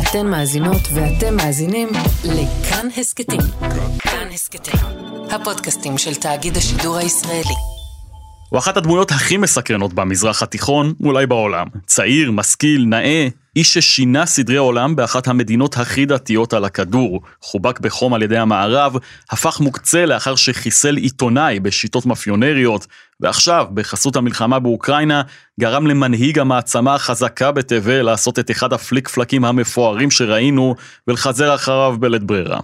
אתן מאזינות ואתם מאזינים לכאן הסקטים. כאן הסקטים, הפודקאסטים של תאגיד השידור הישראלי. הוא אחת הדמויות הכי מסקרנות במזרח התיכון, אולי בעולם. צעיר, משכיל, נאה, איש ששינה סדרי עולם באחת המדינות הכי דתיות על הכדור, חובק בחום על ידי המערב, הפך מוקצה לאחר שחיסל עיתונאי בשיטות מאפיונריות, ועכשיו, בחסות המלחמה באוקראינה, גרם למנהיג המעצמה החזקה בתבל לעשות את אחד הפליק פלקים המפוארים שראינו, ולחזר אחריו בלית ברירה.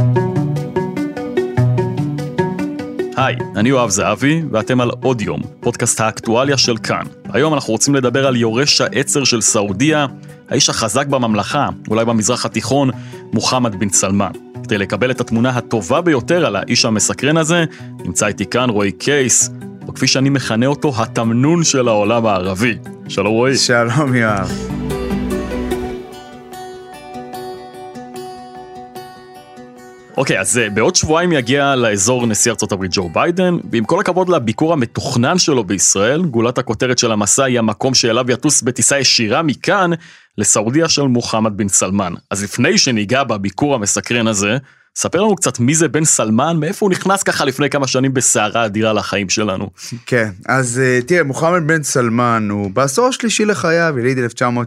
היי, אני יואב זהבי, ואתם על עוד יום, פודקאסט האקטואליה של כאן. היום אנחנו רוצים לדבר על יורש העצר של סעודיה, האיש החזק בממלכה, אולי במזרח התיכון, מוחמד בן סלמן. כדי לקבל את התמונה הטובה ביותר על האיש המסקרן הזה, נמצא איתי כאן רועי קייס, או כפי שאני מכנה אותו, התמנון של העולם הערבי. שלום רועי. שלום יואב. אוקיי, אז בעוד שבועיים יגיע לאזור נשיא ארצות הברית ג'ו ביידן, ועם כל הכבוד לביקור המתוכנן שלו בישראל, גולת הכותרת של המסע היא המקום שאליו יטוס בטיסה ישירה מכאן לסעודיה של מוחמד בן סלמן. אז לפני שניגע בביקור המסקרן הזה, ספר לנו קצת מי זה בן סלמן, מאיפה הוא נכנס ככה לפני כמה שנים בסערה אדירה לחיים שלנו. כן, אז תראה, מוחמד בן סלמן הוא בעשור השלישי לחייו, יליד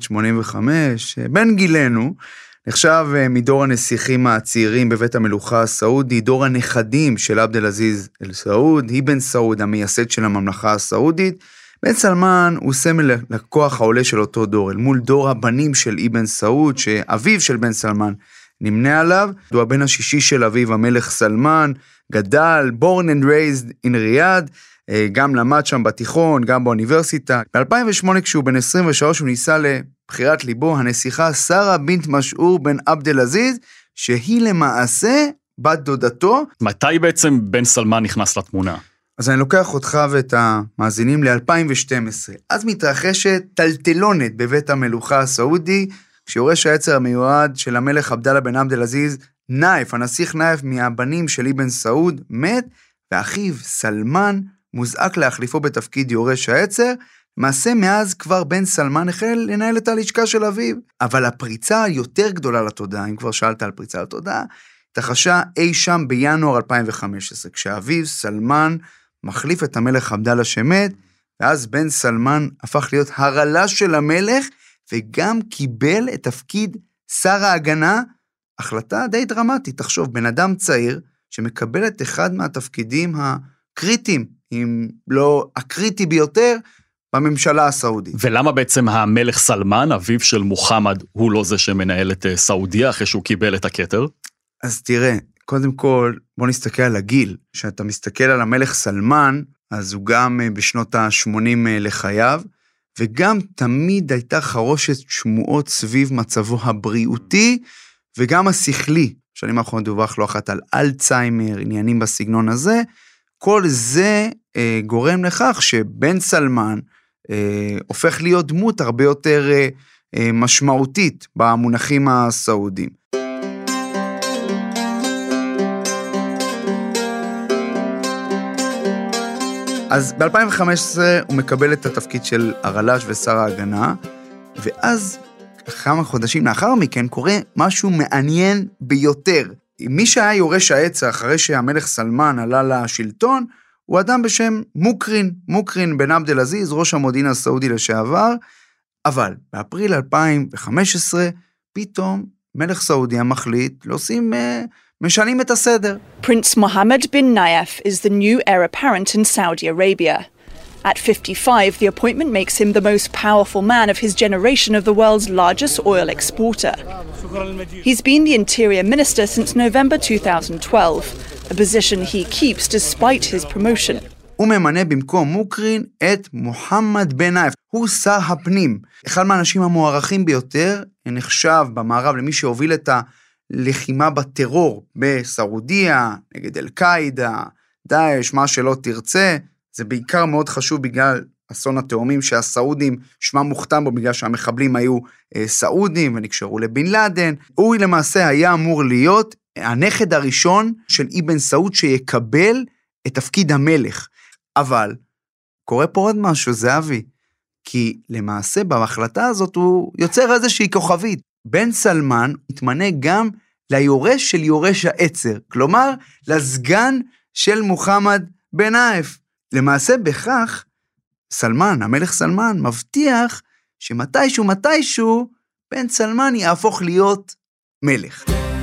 1985, בן גילנו, נחשב מדור הנסיכים הצעירים בבית המלוכה הסעודי, דור הנכדים של עבד אל-עזיז אל-סעוד, אבן סעוד, המייסד של הממלכה הסעודית. בן סלמן הוא סמל לכוח העולה של אותו דור, אל מול דור הבנים של אבן סעוד, שאביו של בן סלמן נמנה עליו. הוא הבן השישי של אביו המלך סלמן, גדל, born and raised in Riyadh, גם למד שם בתיכון, גם באוניברסיטה. ב-2008 כשהוא בן 23 הוא ניסה לבחירת ליבו הנסיכה שרה בינת משעור בן עבד אל-עזיז, שהיא למעשה בת דודתו. מתי בעצם בן סלמן נכנס לתמונה? אז אני לוקח אותך ואת המאזינים ל-2012. אז מתרחשת טלטלונת בבית המלוכה הסעודי, כשיורש העצר המיועד של המלך עבדאללה בן עבד אל-עזיז, נייף, הנסיך נייף מהבנים של אבן סעוד, מת, ואחיו סלמן מוזעק להחליפו בתפקיד יורש העצר. למעשה מאז כבר בן סלמן החל לנהל את הלשכה של אביו. אבל הפריצה היותר גדולה לתודעה, אם כבר שאלת על פריצה לתודעה, התרחשה אי שם בינואר 2015, כשאביו סלמן מחליף את המלך עבדאללה שמת, ואז בן סלמן הפך להיות הרל"ש של המלך, וגם קיבל את תפקיד שר ההגנה, החלטה די דרמטית. תחשוב, בן אדם צעיר שמקבל את אחד מהתפקידים הקריטיים, אם לא הקריטי ביותר, בממשלה הסעודית. ולמה בעצם המלך סלמן, אביו של מוחמד, הוא לא זה שמנהל את סעודיה אחרי שהוא קיבל את הכתר? אז תראה, קודם כל, בוא נסתכל על הגיל. כשאתה מסתכל על המלך סלמן, אז הוא גם בשנות ה-80 לחייו, וגם תמיד הייתה חרושת שמועות סביב מצבו הבריאותי, וגם השכלי. שנים האחרונות דווח לא אחת על אלצהיימר, עניינים בסגנון הזה. כל זה גורם לכך שבן סלמן הופך להיות דמות הרבה יותר משמעותית במונחים הסעודיים. אז ב-2015 הוא מקבל את התפקיד של הרל"ש ושר ההגנה, ואז כמה חודשים לאחר מכן קורה משהו מעניין ביותר. מי שהיה יורש העצר אחרי שהמלך סלמן עלה לשלטון, הוא אדם בשם מוקרין בן עבד אל-עזיז, ראש המודיעין הסעודי לשעבר, אבל באפריל 2015, פתאום מלך סעודיה מחליט משנים את הסדר. Prince Mohammed bin Nayef is the new heir apparent in Saudi Arabia. At 55, the appointment makes him the most powerful man of his generation of the world's largest oil exporter. He's been the interior minister since November 2012, a position he keeps despite his promotion. הוא ממנה במקום מוקרין את מוחמד בן נאיף. הוא שר הפנים. אחד מהאנשים המוערכים ביותר, נחשב במערב למי שהוביל את הלחימה בטרור בסעודיה, נגד אל-קאידה, דאעש, מה שלא תרצה. זה בעיקר מאוד חשוב בגלל אסון התאומים שהסעודים שמם מוכתם בו, בגלל שהמחבלים היו סעודים ונקשרו לבן לאדן. הוא למעשה היה אמור להיות הנכד הראשון של אבן סעוד שיקבל את תפקיד המלך. אבל קורה פה עוד משהו, זהבי, כי למעשה בהחלטה הזאת הוא יוצר איזושהי כוכבית. בן סלמן התמנה גם ליורש של יורש העצר, כלומר, לסגן של מוחמד בן נאיף. למעשה בכך, סלמן, המלך סלמן, מבטיח שמתישהו, בן סלמן יהפוך להיות מלך.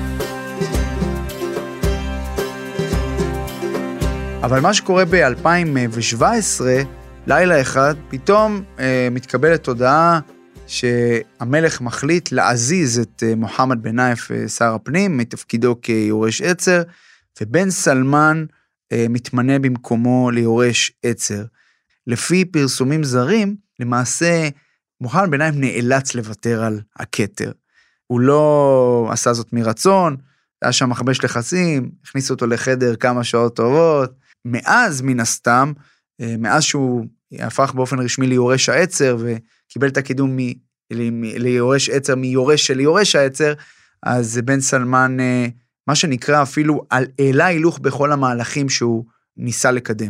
אבל מה שקורה ב-2017, לילה אחד, פתאום מתקבלת הודעה שהמלך מחליט להזיז את מוחמד בן נאיף, שר הפנים, מתפקידו כיורש עצר, ובן סלמן מתמנה במקומו ליורש עצר. לפי פרסומים זרים, למעשה מוחמד בן נאיף נאלץ לוותר על הכתר. הוא לא עשה זאת מרצון, היה שם מכבש לחצים, הכניסו אותו לחדר כמה שעות טובות. מאז מן הסתם, מאז שהוא הפך באופן רשמי ליורש העצר, וקיבל את הקידום ליורש עצר, מיורש של יורש העצר, אז בן סלמן, מה שנקרא אפילו, העלה הילוך בכל המהלכים שהוא ניסה לקדם.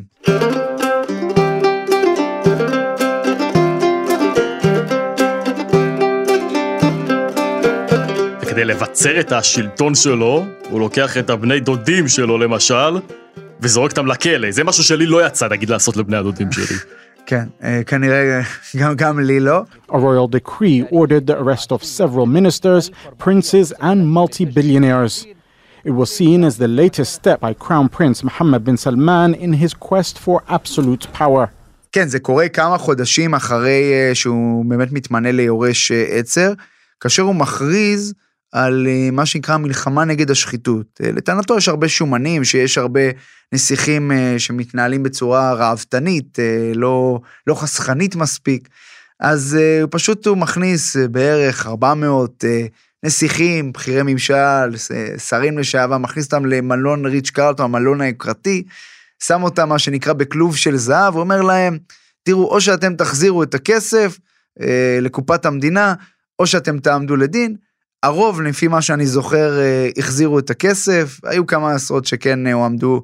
כדי לבצר את השלטון שלו, הוא לוקח את הבני דודים שלו למשל, וזורק אותם לכלא. זה משהו שלי לא יצא, נגיד, לעשות לבני הדודים שלי. כן, כנראה גם לי לא. A royal decree ordered the arrest of several ministers, princes and multi-billionaires. It was seen as the latest step by Crown Prince Mohammed bin Salman in his quest for absolute power. כן, זה קורה כמה חודשים אחרי שהוא באמת מתמנה ליורש עצר, כאשר הוא מכריז על מה שנקרא מלחמה נגד השחיתות. לטענתו יש הרבה שומנים, שיש הרבה נסיכים שמתנהלים בצורה רעבתנית, לא חסכנית מספיק, אז הוא מכניס בערך 400 נסיכים, בחירי ממשל, שרים לשעבר, מכניס אותם למלון ריץ' קרלטון, המלון היוקרתי, שם אותם מה שנקרא בכלוב של זהב, ואומר להם, תראו, או שאתם תחזירו את הכסף לקופת המדינה, או שאתם תעמדו לדין. הרוב, לפי מה שאני זוכר, החזירו את הכסף, היו כמה עשרות שכן הועמדו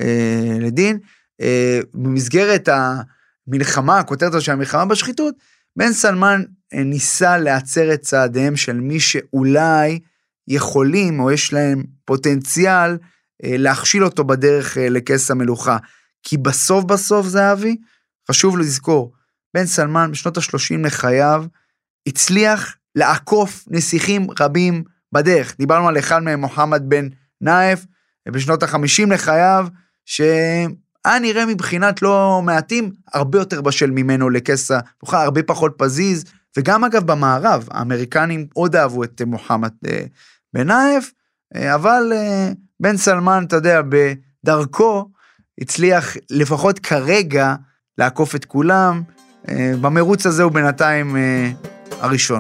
לדין. במסגרת המלחמה, הכותרת של המלחמה בשחיתות, בן סלמן ניסה לעצר את צעדיהם של מי שאולי יכולים, או יש להם פוטנציאל, להכשיל אותו בדרך לכס המלוכה. כי בסוף זהבי, חשוב לזכור, בן סלמן בשנות ה-30 לחייו, הצליח לעקוף נסיכים רבים בדרך. דיברנו על אחד מהם, מוחמד בן נאיף, בשנות ה-50 לחייו, שהיה נראה מבחינת לא מעטים, הרבה יותר בשל ממנו לכס המלוכה, הרבה פחות פזיז, וגם אגב במערב, האמריקנים עוד אהבו את מוחמד בן נאיף, אבל בן סלמן, אתה יודע, בדרכו, הצליח לפחות כרגע לעקוף את כולם, במרוץ הזה הוא בינתיים הראשון.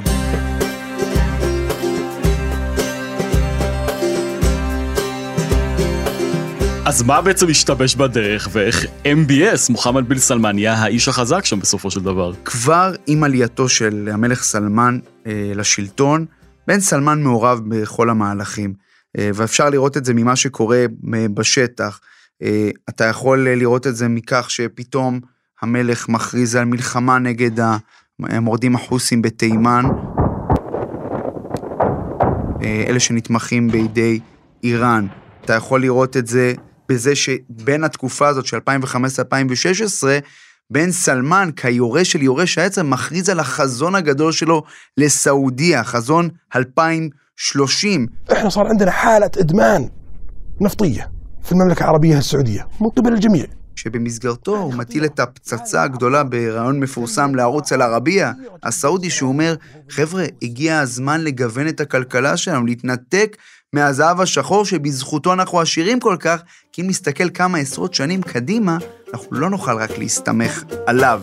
אז מה בעצם השתבש בדרך, ואיך MBS, מוחמד בן סלמן, היה האיש החזק שם בסופו של דבר? כבר עם עלייתו של המלך סלמן לשלטון, בן סלמן מעורב בכל המהלכים, ואפשר לראות את זה ממה שקורה בשטח. אתה יכול לראות את זה מכך שפתאום המלך מכריז על מלחמה נגד המורדים החוסים בתימן, אלה שנתמכים בידי איראן. אתה יכול לראות את זה בזה שבין התקופה הזאת של 2015-2016, בן סלמן, כיורש של יורש העצר, מכריז על החזון הגדול שלו לסעודיה, חזון 2030. احنا صار عندنا حالة إدمان نفطية في المملكة العربية السعودية من قبل الجميع. שבמסגרתו הוא מטיל את הפצצה הגדולה ברעיון מפורסם לערוץ אל-ערבייה, הסעודי, שהוא אומר, חבר'ה, הגיע הזמן לגוון את הכלכלה שלנו, להתנתק מהזהב השחור שבזכותו אנחנו עשירים כל כך, כי אם נסתכל כמה עשרות שנים קדימה, אנחנו לא נוכל רק להסתמך עליו.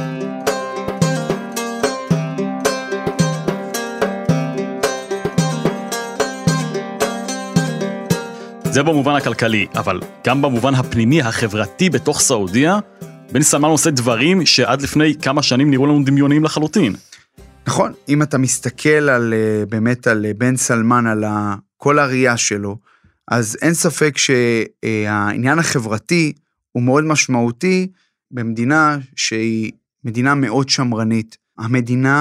זה במובן הכלכלי, אבל גם במובן הפנימי, החברתי בתוך סעודיה, בן סלמן עושה דברים שעד לפני כמה שנים נראו לנו דמיוניים לחלוטין. נכון, אם אתה מסתכל באמת על בן סלמן, על כל הראייה שלו, אז אין ספק שהעניין החברתי הוא מאוד משמעותי במדינה שהיא מדינה מאוד שמרנית. המדינה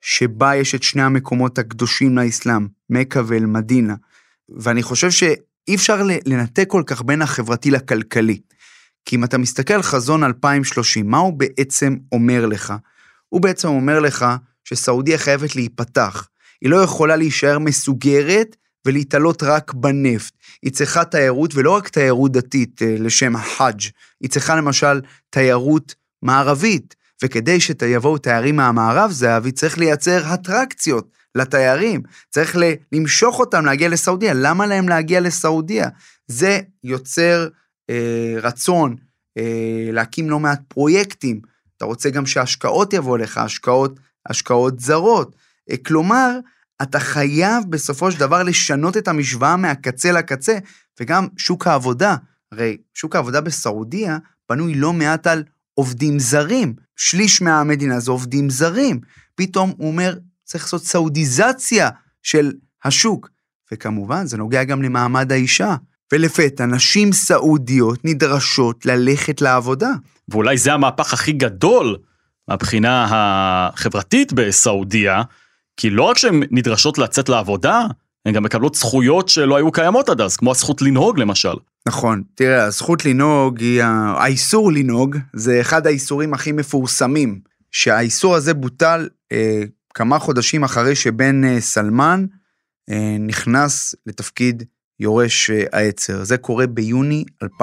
שבה יש את שני המקומות הקדושים לאסלאם, מקה ואל-מדינה. ואני חושב שאי אפשר לנתק כל כך בין החברתי לכלכלי. כי אם אתה מסתכל חזון 2030, מה הוא בעצם אומר לך? הוא בעצם אומר לך שסעודיה חייבת להיפתח. היא לא יכולה להישאר מסוגרת ולהתעלות רק בנפט. היא צריכה תיירות, ולא רק תיירות דתית לשם החאג'. היא צריכה למשל תיירות מערבית, וכדי שתבואו תיירים מהמערב זהבי, צריך לייצר אטרקציות לתיירים. צריך למשוך אותם להגיע לסעודיה. למה להם להגיע לסעודיה? זה יוצר רצון להקים לא מעט פרויקטים. אתה רוצה גם שהשקעות יבואו לך, השקעות זרות. כלומר, אתה חייב בסופו של דבר לשנות את המשוואה מהקצה לקצה, וגם שוק העבודה. הרי שוק העבודה בסעודיה בנוי לא מעט על עובדים זרים. שליש מהמדינה זה עובדים זרים. פתאום הוא אומר, צריך לעשות סעודיזציה של השוק. וכמובן, זה נוגע גם למעמד האישה. ולפתע, נשים סעודיות נדרשות ללכת לעבודה. ואולי זה המהפך הכי גדול מהבחינה החברתית בסעודיה, כי לא רק שהן נדרשות לצאת לעבודה, הן גם מקבלות זכויות שלא היו קיימות עד אז, כמו הזכות לנהוג למשל. נכון, תראה, הזכות לנהוג, האיסור לנהוג, זה אחד האיסורים הכי מפורסמים, שהאיסור הזה בוטל כמה חודשים אחרי שבן סלמן נכנס לתפקיד יורש העצר. זה קורה ביוני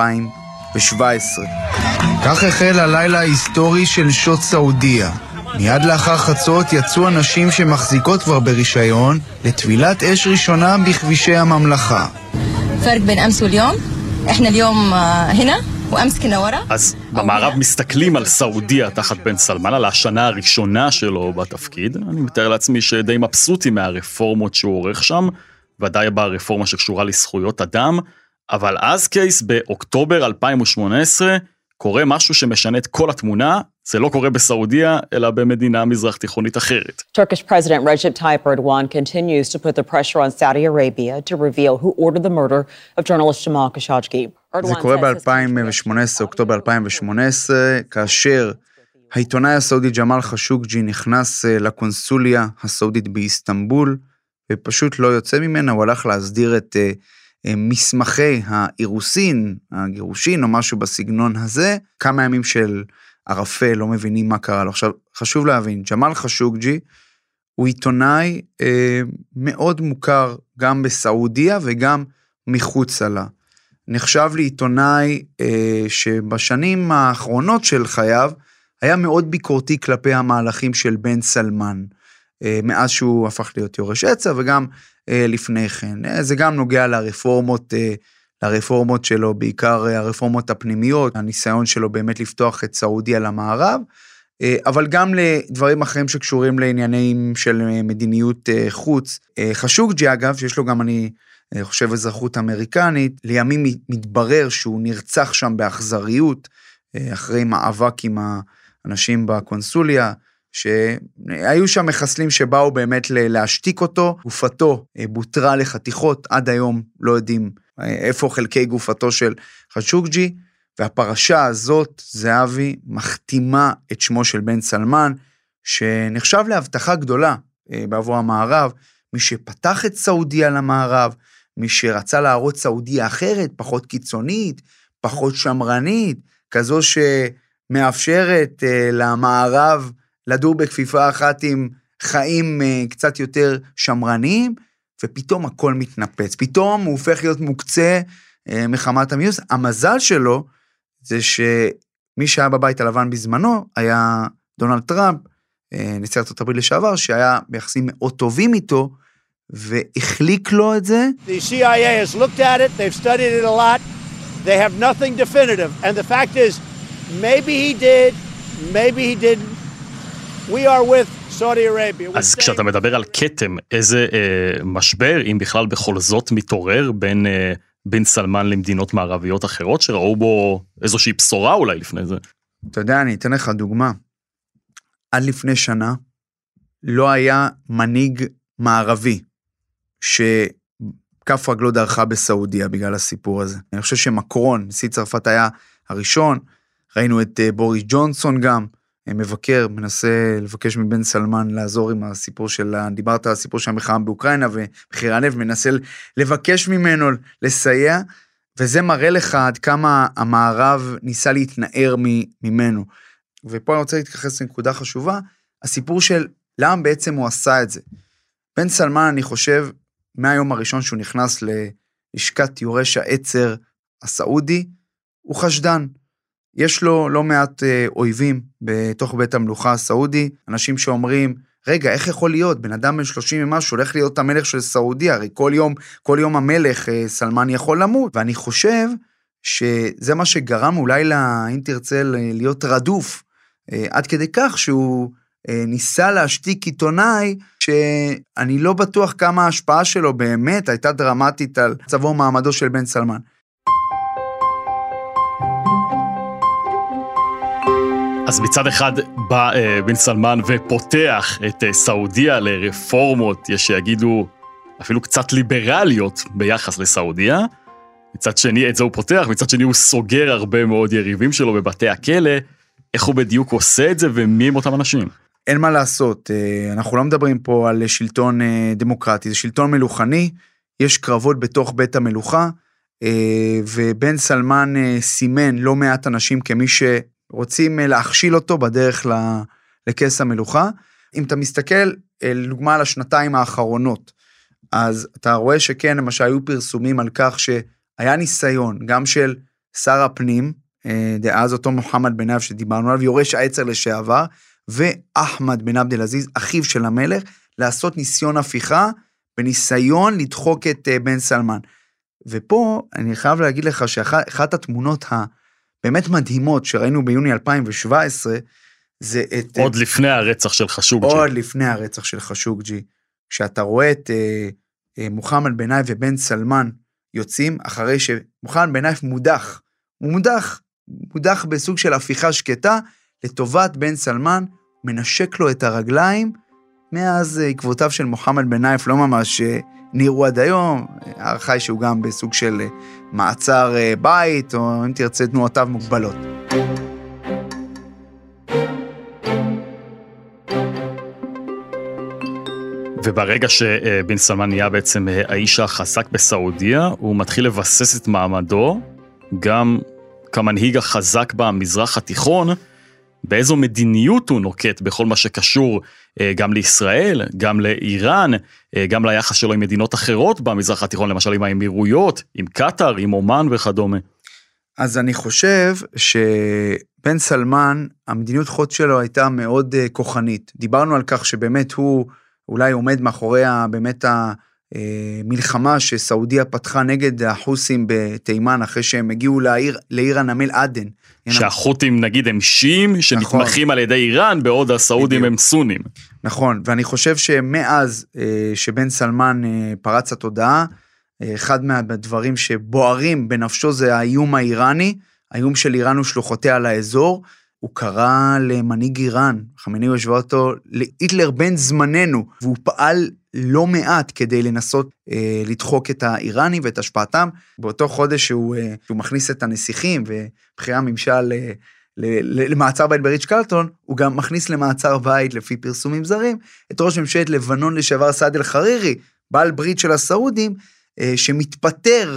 2017. כך החל הלילה ההיסטורי של שוד סעודיה. מיד לאחר חצות יצאו אנשים שמחזיקות כבר ברישיון לטבילת אש ראשונה בכבישי הממלכה. פרק בין אמס וליום, אנחנו היום הנה, ואמס כנה ורה. אז במערב מסתכלים על סעודיה תחת בן סלמן, על השנה הראשונה שלו בתפקיד. אני מתאר לעצמי שדי מבסוטי מהרפורמות שהוא עורך שם, ודאי ברפורמה שקשורה לזכויות אדם, אבל אז קייס באוקטובר 2018, קורה משהו שמשנה את כל התמונה, זה לא קורה בסעודיה, אלא במדינה מזרח תיכונית אחרת. Turkish President Recep Tayyip Erdogan continues to put the pressure on Saudi Arabia to reveal who ordered the murder of journalist Jamal Khashoggi. זה קורה ב-2018, אוקטובר 2018, כאשר העיתונאי הסעודי ג'מאל חשוקג'י נכנס לקונסוליה הסעודית באיסטנבול, ופשוט לא יוצא ממנה, הוא הלך להסדיר את מסמכי האירוסין, הגירושין או משהו בסגנון הזה, כמה ימים של ערפל, לא מבינים מה קרה לו. עכשיו, חשוב להבין, ג'מאל חשוקג'י הוא עיתונאי מאוד מוכר גם בסעודיה וגם מחוץ לה. נחשב לעיתונאי שבשנים האחרונות של חייו, היה מאוד ביקורתי כלפי המהלכים של בן סלמן, מאז שהוא הפך להיות יורש עצר, וגם לפני כן. זה גם נוגע לרפורמות שלו, בעיקר הרפורמות הפנימיות, הניסיון שלו באמת לפתוח את סעודיה למערב, אבל גם לדברים אחרים שקשורים לעניינים של מדיניות חוץ. חשוקג'י אגב, שיש לו גם אני חושב אזרחות אמריקנית, לימים מתברר שהוא נרצח שם באכזריות, אחרי מאבק עם האנשים בקונסוליה, שהיו שם מחסלים שבאו באמת להשתיק אותו, גופתו בוטרה לחתיכות, עד היום לא יודעים איפה חלקי גופתו של חשוקג'י, והפרשה הזאת, זהבי, מחתימה את שמו של בן סלמן, שנחשב להבטחה גדולה בעבור המערב, מי שפתח את סעודיה למערב, מי שרצה להראות סעודיה אחרת, פחות קיצונית, פחות שמרנית, כזו שמאפשרת למערב לדור בכפיפה אחת עם חיים קצת יותר שמרניים, ופתאום הכל מתנפץ. פתאום הוא הופך להיות מוקצה מחמת המיוס. המזל שלו זה שמי שהיה בבית הלבן בזמנו היה דונלד טראמפ, נשיא ארצות הברית לשעבר, שהיה ביחסים מאוד טובים איתו, והחליק לו את זה. The CIA has looked at it, they've studied it a lot, they have nothing definitive, and the fact is, maybe he did, maybe he didn't, we are with Saudi Arabia. אז כשאתה מדבר על כתם, איזה משבר, אם בכלל בכל זאת מתעורר בין בן סלמן למדינות מערביות אחרות, שראו בו איזושהי בשורה אולי לפני זה? אתה יודע, אני אתן לך דוגמה. עד לפני שנה, לא היה מנהיג מערבי, שכף רגלו דרכה בסעודיה בגלל הסיפור הזה. אני חושב שמקרון, נשיא צרפת היה הראשון, ראינו את בוריס ג'ונסון גם, מבקר, מנסה לבקש מבן סלמן לעזור עם הסיפור דיברת על הסיפור של המלחמה באוקראינה, ומחיר הנפט מנסה לבקש ממנו לסייע, וזה מראה לך עד כמה המערב ניסה להתנער ממנו. ופה אני רוצה להתייחס לנקודה חשובה, הסיפור של למה בעצם הוא עשה את זה. בן סלמן, אני חושב, מהיום הראשון שהוא נכנס ללשכת יורש העצר הסעודי, הוא חשדן. יש לו לא מעט אויבים בתוך בית המלוכה הסעודי, אנשים שאומרים, רגע, איך יכול להיות? בן אדם בן 30 ומשהו, הולך להיות המלך של סעודיה, הרי כל יום המלך סלמן יכול למות, ואני חושב שזה מה שגרם אולי אם תרצה להיות רדוף, עד כדי כך שהוא ניסה להשתיק עיתונאי, שאני לא בטוח כמה ההשפעה שלו באמת הייתה דרמטית על צבו מעמדו של בן סלמן. אז מצד אחד בא בן סלמן ופותח את סעודיה לרפורמות, יש שיגידו אפילו קצת ליברליות ביחס לסעודיה, מצד שני את זה הוא פותח, מצד שני הוא סוגר הרבה מאוד יריבים שלו בבתי הכלא, איך הוא בדיוק עושה את זה ומי הם אותם אנשים? אין מה לעשות, אנחנו לא מדברים פה על שלטון דמוקרטי, זה שלטון מלוכני, יש קרבות בתוך בית המלוכה, ובן סלמן סימן לא מעט אנשים כמי שרוצים להכשיל אותו בדרך לכס המלוכה. אם אתה מסתכל, לדוגמה על השנתיים האחרונות, אז אתה רואה שכן, למשל היו פרסומים על כך שהיה ניסיון, גם של שר הפנים, דאז אותו מוחמד בן נאיף שדיברנו עליו, יורש העצר לשעבר, ואחמד בן עבד אל-עזיז, אחיו של המלך, לעשות ניסיון הפיכה, בניסיון לדחוק את בן סלמן. ופה אני חייב להגיד לך שאחת התמונות הבאמת מדהימות שראינו ביוני 2017, זה את... עוד לפני הרצח של חשוקג'י. עוד לפני הרצח של חשוקג'י. כשאתה רואה את מוחמד בן נאיף ובן סלמן יוצאים, אחרי שמוחמד בן נאיף מודח, הוא מודח בסוג של הפיכה שקטה, לטובת בן סלמן, מנשק לו את הרגליים, מאז עקבותיו של מוחמד בן נאיף לא ממש נראו עד היום, הערכה היא שהוא גם בסוג של מעצר בית, או אם תרצה תנועותיו מוגבלות. וברגע שבן סלמן נהיה בעצם האיש החזק בסעודיה, הוא מתחיל לבסס את מעמדו, גם כמנהיג החזק במזרח התיכון, באיזו מדיניות הוא נוקט בכל מה שקשור גם לישראל, גם לאיראן, גם ליחס שלו עם מדינות אחרות במזרח התיכון, למשל עם האמירויות, עם קטר, עם אומן וכדומה. אז אני חושב שבן סלמן, המדיניות חוץ שלו הייתה מאוד כוחנית. דיברנו על כך שבאמת הוא אולי עומד מאחורי באמת המלחמה שסעודיה פתחה נגד החוסים בתימן, אחרי שהם הגיעו לעיר הנמל עדן. שהחות'ים נגיד הם שיעים, שנתמכים על ידי איראן, בעוד הסעודים הם סונים. נכון, ואני חושב שמאז שבן סלמן פרץ התודעה, אחד מהדברים שבוערים בנפשו זה האיום האיראני, האיום של איראן ושלוחותיה על האזור, הוא קרא למנהיג איראן, חמינאי השווה אותו להיטלר בן זמננו, והוא פעל לא מעט כדי לנסות לדחוק את האיראני ואת השפעתם, באותו חודש שהוא מכניס את הנסיכים ובחירי הממשל למעצר בית בריץ' קלטון, הוא גם מכניס למעצר בית לפי פרסומים זרים, את ראש ממשלת לבנון לשעבר סעד אל-חרירי, בעל ברית של הסעודים, שמתפטר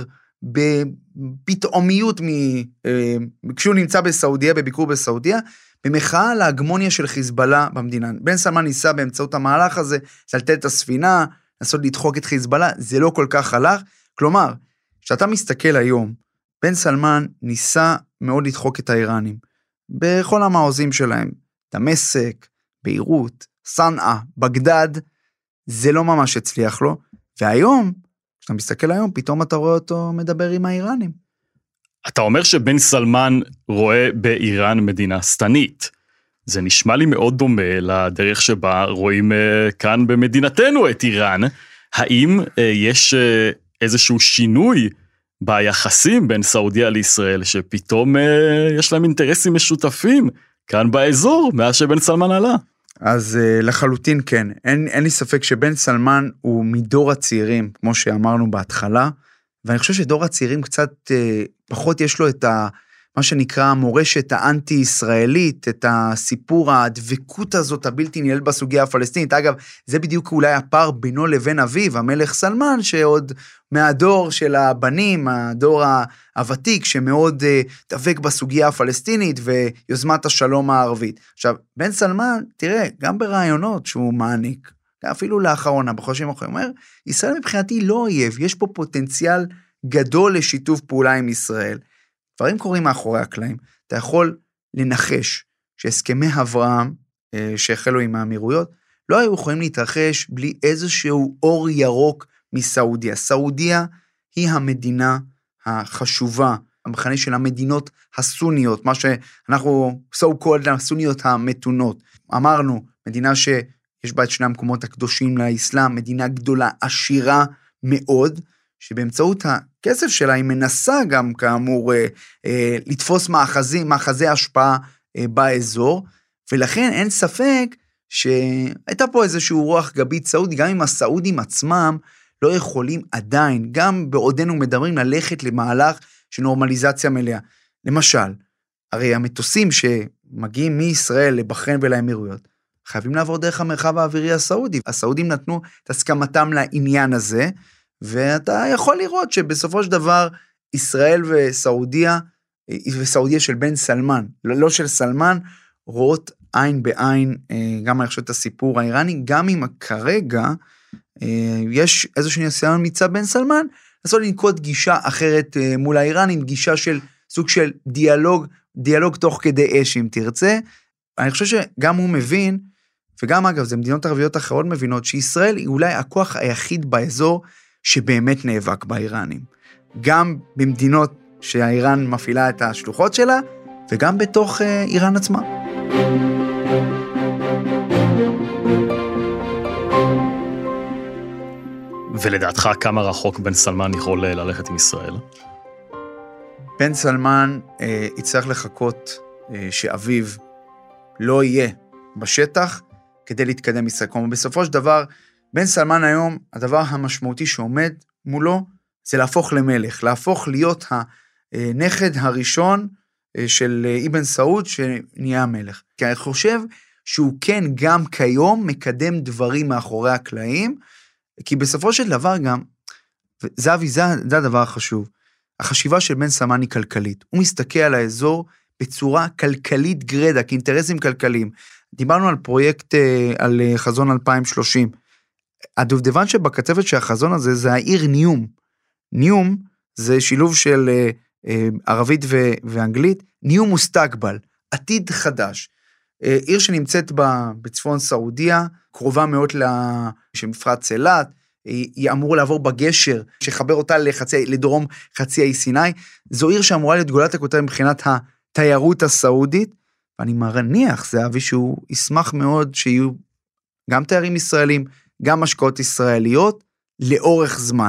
בפתאומיות כשהוא נמצא בסעודיה, בביקור בסעודיה, במחאה על ההגמוניה של חיזבאללה במדינה. בן סלמן ניסה באמצעות המהלך הזה, לטלטל את הספינה, לנסות לדחוק את חיזבאללה, זה לא כל כך הלך. כלומר, כשאתה מסתכל היום, בן סלמן ניסה מאוד לדחוק את האיראנים, בכל המעוזים שלהם, דמשק, ביירות, סנעה, בגדד, זה לא ממש הצליח לו, והיום, כשאתה מסתכל היום, פתאום אתה רואה אותו מדבר עם האיראנים. אתה אומר שבן סלמן רואה באיראן מדינה סתנית. זה נשמע לי מאוד דומה לדרך שבה רואים כאן במדינתנו את איראן. האם יש איזשהו שינוי ביחסים בין סעודיה לישראל, שפתאום יש להם אינטרסים משותפים כאן באזור, מאז שבן סלמן עלה? אז לחלוטין כן, אין לי ספק שבן סלמן הוא מדור הצעירים, כמו שאמרנו בהתחלה, ואני חושב שדור הצעירים קצת פחות יש לו את מה שנקרא המורשת האנטי-ישראלית, את הסיפור, הדבקות הזאת הבלתי נלאית בסוגיה הפלסטינית. אגב, זה בדיוק אולי הפער בינו לבין אביו, המלך סלמן, שעוד מהדור של הבנים, הדור הוותיק, שמאוד דבק בסוגיה הפלסטינית ויוזמת השלום הערבית. עכשיו, בן סלמן, תראה, גם ברעיונות שהוא מעניק, אפילו לאחרונה, בחודשים האחרונים, אומר, ישראל מבחינתי לא אויב, יש פה פוטנציאל גדול לשיתוף פעולה עם ישראל. דברים קורים מאחורי הקלעים. אתה יכול לנחש שהסכמי אברהם, שהחלו עם האמירויות, לא היו יכולים להתרחש בלי איזשהו אור ירוק מסעודיה. סעודיה היא המדינה החשובה, המחנה של המדינות הסוניות, מה שאנחנו so called הסוניות המתונות. אמרנו, מדינה שיש בה את שני המקומות הקדושים לאסלאם, מדינה גדולה, עשירה מאוד, שבאמצעות הכסף שלה היא מנסה גם כאמור לתפוס מאחזי השפעה באזור, ולכן אין ספק שהייתה פה איזשהו רוח גבית סעודי, גם אם הסעודים עצמם לא יכולים עדיין, גם בעודנו מדברים, ללכת למהלך של נורמליזציה מלאה. למשל, הרי המטוסים שמגיעים מישראל לבחריין ולאמירויות, חייבים לעבור דרך המרחב האווירי הסעודי. הסעודים נתנו את הסכמתם לעניין הזה, ואתה יכול לראות שבסופו של דבר ישראל וסעודיה של בן סלמן, לא של סלמן, רואות עין בעין גם אני חושב את הסיפור האיראני, גם אם כרגע יש איזושהי ניסיון מצד בן סלמן, לעשות לנקוט גישה אחרת מול האיראנים, גישה של סוג של דיאלוג תוך כדי אש אם תרצה. אני חושב שגם הוא מבין, וגם אגב זה מדינות ערביות אחרות מבינות, שישראל היא אולי הכוח היחיד באזור שבאמת נאבק באיראנים. גם במדינות שהאיראן מפעילה את השלוחות שלה, וגם בתוך איראן עצמה. ולדעתך כמה רחוק בן סלמן יכול ללכת עם ישראל? בן סלמן יצטרך לחכות שאביו לא יהיה בשטח כדי להתקדם ישראל. כמו בסופו של דבר, בן סלמן היום, הדבר המשמעותי שעומד מולו, זה להפוך למלך, להפוך להיות הנכד הראשון של אבן סעוד שנהיה המלך. כי אני חושב שהוא כן גם כיום מקדם דברים מאחורי הקלעים, כי בסופו של דבר גם, זה הדבר החשוב, החשיבה של בן סלמן היא כלכלית, הוא מסתכל על האזור בצורה כלכלית גרדה, כאינטרסים כלכליים. דיברנו על פרויקט, על חזון 2030, הדובדבן שבקצפת של החזון הזה, זה העיר ניום. ניום זה שילוב של ערבית ואנגלית, ניום מוסתקבל, עתיד חדש. עיר שנמצאת בצפון סעודיה, קרובה מאוד למפרץ אילת, היא אמורה לעבור בגשר, שחבר אותה לדרום חצי האי סיני, זו עיר שאמורה להיות גולת הכותרת מבחינת התיירות הסעודית, ואני מניח, זה אבי שהוא ישמח מאוד שיהיו גם תיירים ישראלים, גם השקעות ישראליות, לאורך זמן.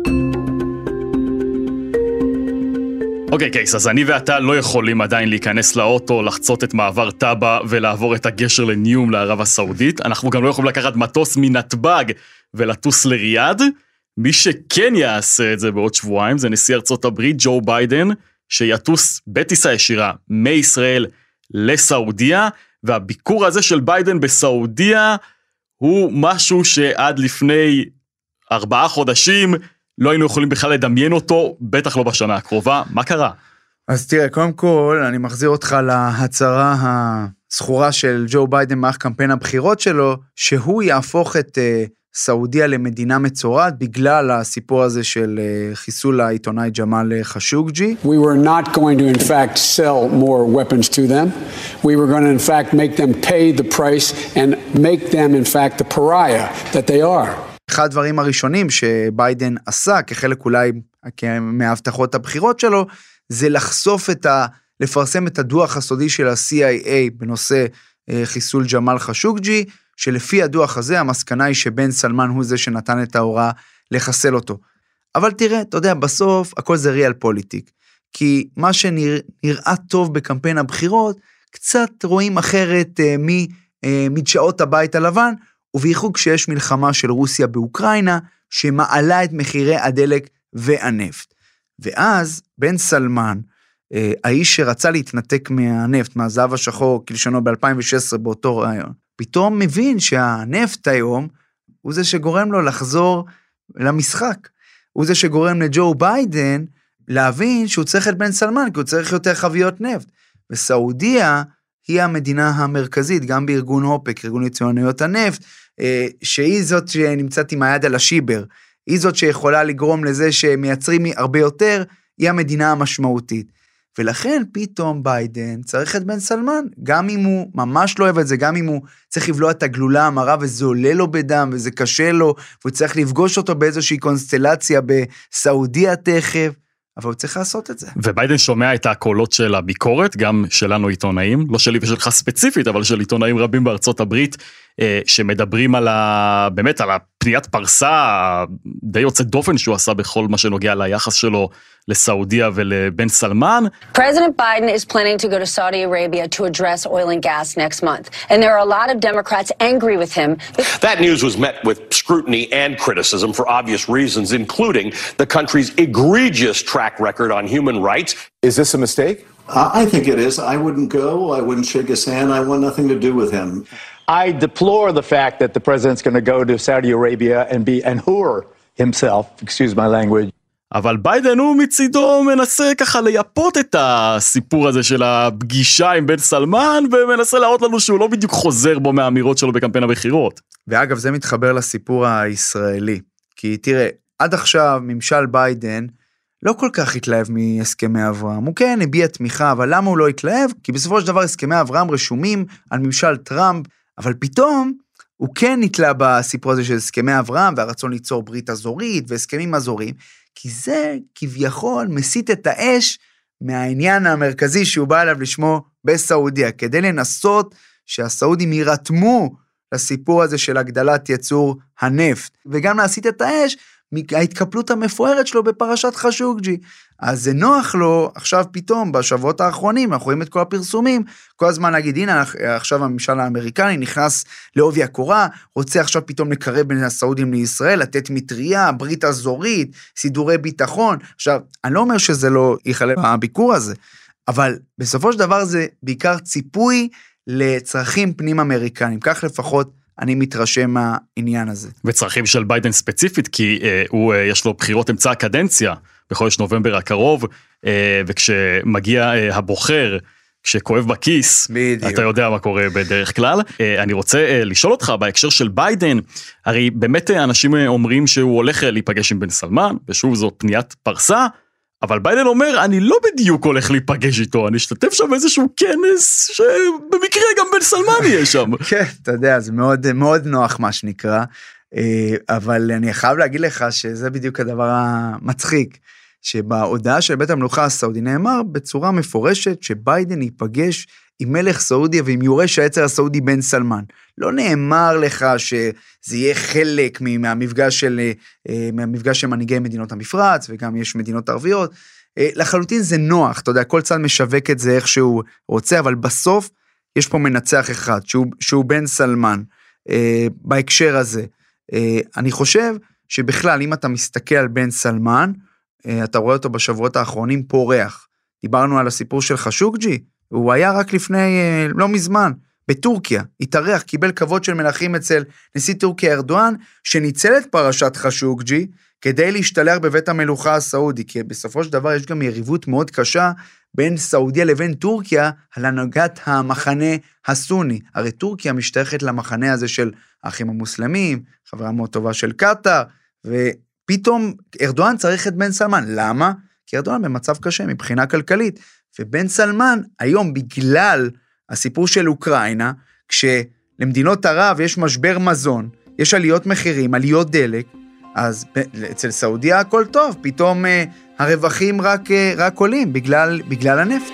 אוקיי, קייס, אז אני ואתה לא יכולים עדיין להיכנס לאוטו, לחצות את מעבר טאבה ולעבור את הגשר לניום לערב הסעודית. אנחנו גם לא יכולים לקחת מטוס מנתב"ג ולטוס לריאד. מי שכן יעשה את זה בעוד שבועיים זה נשיא ארצות הברית ג'ו ביידן, שיטוס בטיסה ישירה מישראל לסעודיה, והביקור הזה של ביידן בסעודיה הוא משהו שעד לפני 4 חודשים לא היינו יכולים בכלל לדמיין אותו, בטח לא בשנה הקרובה. מה קרה? אז תראה, קודם כל, אני מחזיר אותך להצהרה הסחורה של ג'ו ביידן מאח קמפיין הבחירות שלו, שהוא יהפוך את סעודיה למדינה מצורעת, בגלל הסיפור הזה של חיסול העיתונאי ג'מאל חשוקג'י. We were not going to in fact sell more weapons to them. We were going to in fact make them pay the price and make them in fact the pariah that they are. אחד הדברים הראשונים שביידן עשה, כחלק אולי מהבטחות הבחירות שלו, זה לפרסם את הדוח הסודי של ה-CIA בנושא חיסול ג'מאל חשוקג'י, שלפי הדוח הזה, המסקנה היא שבן סלמן הוא זה שנתן את ההוראה לחסל אותו. אבל תראה, אתה יודע, בסוף הכל זה ריאל פוליטיק, כי מה שנראה טוב בקמפיין הבחירות, קצת רואים אחרת מדשאות הבית הלבן, ובייחוד כשיש מלחמה של רוסיה באוקראינה, שמעלה את מחירי הדלק והנפט. ואז בן סלמן האיש שרצה להתנתק מהנפט, מהזהב השחור, כלשונו ב-2016 באותו רעיון, פתאום מבין שהנפט היום, הוא זה שגורם לו לחזור למשחק. הוא זה שגורם לג'ו ביידן להבין שהוא צריך את בן סלמן, כי הוא צריך יותר חביות נפט. וסעודיה היא המדינה המרכזית, גם בארגון אופק, ארגון יצואניות הנפט, שהיא זאת שנמצאת עם היד על השיבר, היא זאת שיכולה לגרום לזה שמייצרים הרבה יותר, היא המדינה המשמעותית. ולכן פתאום ביידן צריך את בן סלמן, גם אם הוא ממש לא אוהב את זה, גם אם הוא צריך לבלוע את הגלולה המרה, וזה עולה לו בדם, וזה קשה לו, והוא צריך לפגוש אותו באיזושהי קונסטלציה בסעודיה תכף, אבל הוא צריך לעשות את זה. וביידן שומע את הקולות של הביקורת, גם שלנו עיתונאים, לא שלי ושלך ספציפית, אבל של עיתונאים רבים בארצות הברית, שמדברים באמת על הפניית פרסה, די יוצא דופן שהוא עשה בכל מה שנוגע ליחס שלו לסעודיה ולבן סלמן. President Biden is planning to go to Saudi Arabia to address oil and gas next month. And there are a lot of Democrats angry with him. That news was met with scrutiny and criticism for obvious reasons, including the country's egregious track record on human rights. Is this a mistake? I think it is. I wouldn't go. I wouldn't shake his hand. I want nothing to do with him. I deplore the fact that the president's going to go to Saudi Arabia and whore himself, excuse my language. אבל ביידן הוא מצידו מנסה ככה לייפות את הסיפור הזה של הפגישה עם בן סלמן, ומנסה להראות לנו שהוא לא בדיוק חוזר בו מהאמירות שלו בקמפיין הבחירות. ואגב, זה מתחבר לסיפור הישראלי. כי תראה, עד עכשיו ממשל ביידן לא כל כך התלהב מהסכמי אברהם. הוא כן הביע תמיכה, אבל למה הוא לא התלהב? כי בסופו של דבר הסכמי אברהם רשומים על ממשל טראמפ, אבל פתאום הוא כן נתלה בסיפור הזה של הסכמי אברהם, והרצון ליצור ברית אזורית והסכמים אזוריים, כי זה כביכול מסית את האש מהעניין המרכזי שהוא בא אליו לשמו בסעודיה, כדי לנסות שהסעודים יירתמו לסיפור הזה של הגדלת יצור הנפט, וגם להסית את האש מההתקפלות המפוארת שלו בפרשת חשוקג'י. אז זה נוח לו, עכשיו פתאום, בשבועות האחרונים, אנחנו רואים את כל הפרסומים, כל הזמן להגיד, הנה, עכשיו הממשל האמריקני נכנס לעובי הקורה, רוצה עכשיו פתאום לקרב בין הסעודים לישראל, לתת מטריה, ברית אזורית, סידורי ביטחון. עכשיו, אני לא אומר שזה לא יחלה בביקור הזה, אבל בסופו של דבר זה בעיקר ציפוי לצרכים פנים אמריקנים, כך לפחות אני מתרשם מהעניין הזה. וצרכים של ביידן ספציפית, כי יש לו בחירות אמצע הקדנציה, בחודש נובמבר הקרוב, וכשמגיע הבוחר, כשכואב בכיס, בדיוק. אתה יודע מה קורה בדרך כלל. אני רוצה לשאול אותך בהקשר של ביידן, הרי באמת אנשים אומרים שהוא הולך להיפגש עם בן סלמן, ושוב זאת פניית פרסה, אבל ביידן אומר, אני לא בדיוק הולך להיפגש איתו, אני אשתתף שם איזשהו כנס, שבמקרה גם בן סלמן יהיה שם. כן, אתה יודע, זה מאוד, מאוד נוח מה שנקרא, אבל אני חייב להגיד לך שזה בדיוק הדבר המצחיק, שבהודעה של בית המלוכה הסעודי נאמר בצורה מפורשת, שביידן ייפגש עם מלך סעודיה ועם יורש העצר הסעודי בן סלמן. לא נאמר לך שזה יהיה חלק מהמפגש של מנהיגי מדינות המפרץ, וגם יש מדינות ערביות. לחלוטין זה נוח, אתה יודע, כל צד משווק את זה איך שהוא רוצה, אבל בסוף יש פה מנצח אחד, שהוא בן סלמן. בהקשר הזה, אני חושב שבכלל, אם אתה מסתכל על בן סלמן, אתה רואה אותו בשבועות האחרונים פורח. דיברנו על הסיפור של חשוקג'י, הוא היה רק לפני, לא מזמן, בטורקיה, התארח, קיבל כבוד של מלכים אצל נשיא טורקיה ארדואן, שניצל את פרשת חשוקג'י, כדי להשתלח בבית המלוכה הסעודי, כי בסופו של דבר יש גם יריבות מאוד קשה, בין סעודיה לבין טורקיה, על הנהגת המחנה הסוני. הרי טורקיה משתייכת למחנה הזה של האחים המוסלמים, חברה מאוד טובה של קטר, ופתאום ארדואן צריך את בן סלמן. למה? כי ארדואן במצב קשה מבחינה כלכלית, ובן סלמן היום בגלל הסיפור של אוקראינה, כשלמדינות ערב יש משבר מזון, יש עליות מחירים, עליות דלק, אז אצל סעודיה הכל טוב, פתאום הרווחים רק עולים בגלל הנפט.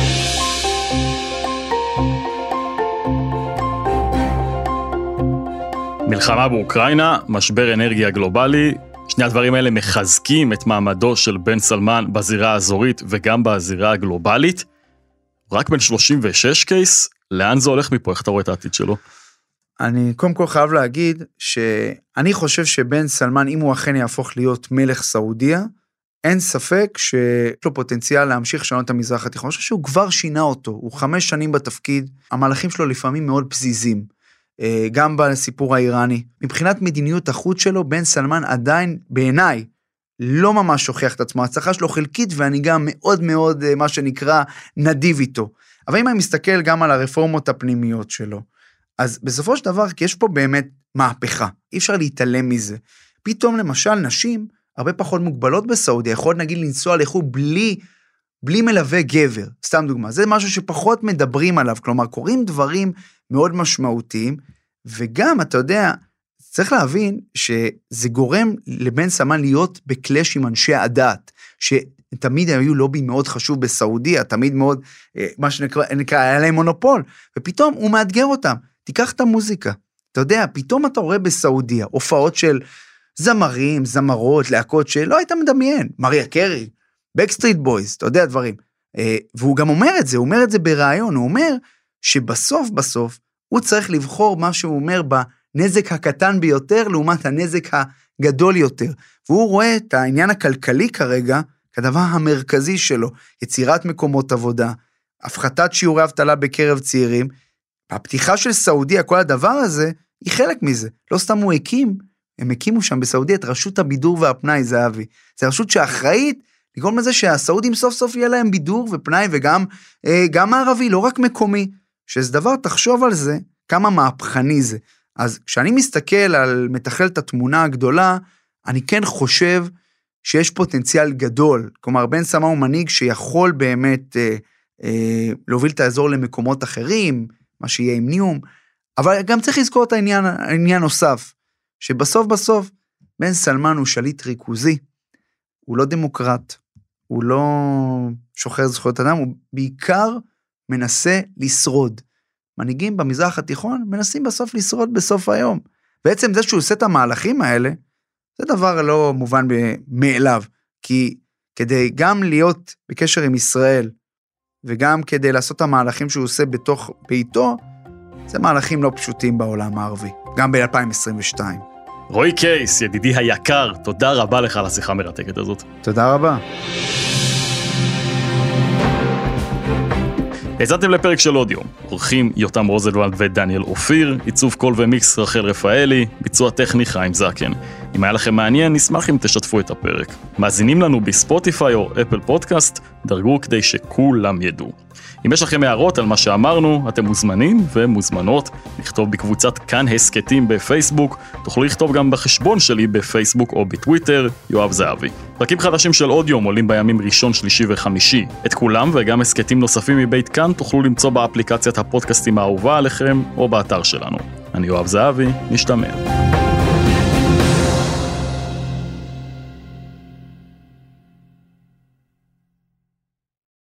מלחמה באוקראינה, משבר אנרגיה גלובלי, שני הדברים האלה מחזקים את מעמדו של בן סלמן בזירה האזורית וגם בזירה הגלובלית. רק בן 36 קייס, לאן זה הולך מפה? איך אתה רואה את העתיד שלו? אני קודם כל חייב להגיד שאני חושב שבן סלמן, אם הוא אכן יהפוך להיות מלך סעודיה, אין ספק שיש לו פוטנציאל להמשיך לשנות את המזרח התיכון. אני חושב שהוא כבר שינה אותו, הוא 5 שנים בתפקיד, המהלכים שלו לפעמים מאוד פזיזים, גם בסיפור האיראני. מבחינת מדיניות החוץ שלו, בן סלמן עדיין, בעיניי, לא ממש הוכיח את עצמו, ההצלחה שלו חלקית, ואני גם מאוד מאוד, מה שנקרא, נדיב איתו. אבל אם אני מסתכל גם על הרפורמות הפנימיות שלו, אז בסופו של דבר, כי יש פה באמת מהפכה, אי אפשר להתעלם מזה. פתאום למשל נשים, הרבה פחות מוגבלות בסעודיה, יכול נגיד לנסוע לחו"ל בלי מלווה גבר, סתם דוגמה, זה משהו שפחות מדברים עליו, כלומר קוראים דברים מאוד משמעותיים, וגם אתה יודע, צריך להבין שזה גורם לבן סלמן להיות בקלש עם אנשי הדת, שתמיד היו לובי מאוד חשוב בסעודיה, תמיד מאוד, מה שנקרא, היה להם מונופול, ופתאום הוא מאתגר אותם, תיקח את המוזיקה, אתה יודע, פתאום אתה רואה בסעודיה, הופעות של זמרים, זמרות, להקות שלא היית מדמיין, מריה קרי, בקסטריט בויז, אתה יודע דברים, והוא גם אומר את זה, הוא אומר את זה ברעיון, הוא אומר שבסוף הוא צריך לבחור מה שהוא אומר בנזק הקטן ביותר, לעומת הנזק הגדול יותר, והוא רואה את העניין הכלכלי כרגע, כדבר המרכזי שלו, יצירת מקומות עבודה, הפחתת שיעורי אבטלה בקרב צעירים, הפתיחה של סעודיה, כל הדבר הזה, היא חלק מזה, לא סתם הם הקימו שם בסעודיה את רשות הבידור והפנאי, זהבי. זה רשות שאחראית, לגרום לזה שהסעודים סוף סוף יהיה להם בידור ופנאי, וגם הערבי, לא רק מקומי, שזה דבר, תחשוב על זה, כמה מהפכני זה. אז כשאני מסתכל על מתחל את התמונה הגדולה, אני כן חושב שיש פוטנציאל גדול, כלומר, בן סלמן הוא מנהיג שיכול באמת להוביל את האזור למקומות אחרים, מה שיהיה עם ניום, אבל גם צריך לזכור את העניין נוסף, שבסוף בן סלמן הוא שליט ריכוזי, הוא לא דמוקרט, הוא לא שוחר זכויות אדם, הוא בעיקר מנסה לשרוד. מנהיגים במזרח התיכון מנסים בסוף לשרוד בסוף היום. בעצם זה שהוא עושה את המהלכים האלה, זה דבר לא מובן מאליו, כי כדי גם להיות בקשר עם ישראל, וגם כדי לעשות את המהלכים שהוא עושה בתוך ביתו, זה מהלכים לא פשוטים בעולם הערבי, גם ב-2022. רועי קייס, ידידי היקר, תודה רבה לך על השיחה המרתקת הזאת. תודה רבה. האזנתם לפרק של עוד יום, עורכים יותם רוזנבלד ודניאל אופיר, עיצוב קול ומיקס רחל רפאלי, ביצוע טכני חיים זקן. אם היה לכם מעניין, נשמח אם תשתפו את הפרק. מאזינים לנו בספוטיפיי או אפל פודקאסט, דרגו כדי שכולם ידעו. אם יש לכם הערות על מה שאמרנו, אתם מוזמנים ומוזמנות לכתוב בקבוצת כאן הסקטים בפייסבוק, תוכלו לכתוב גם בחשבון שלי בפייסבוק או בטוויטר, יואב זהבי. פרקים חדשים של עוד יום עולים בימים ראשון, שלישי וחמישי. את כולם וגם הסקטים נוספים מבית כאן תוכלו למצוא באפליקציית הפודקאסטים האהובה עליכם או באתר שלנו. אני יואב זהבי, נשתמע.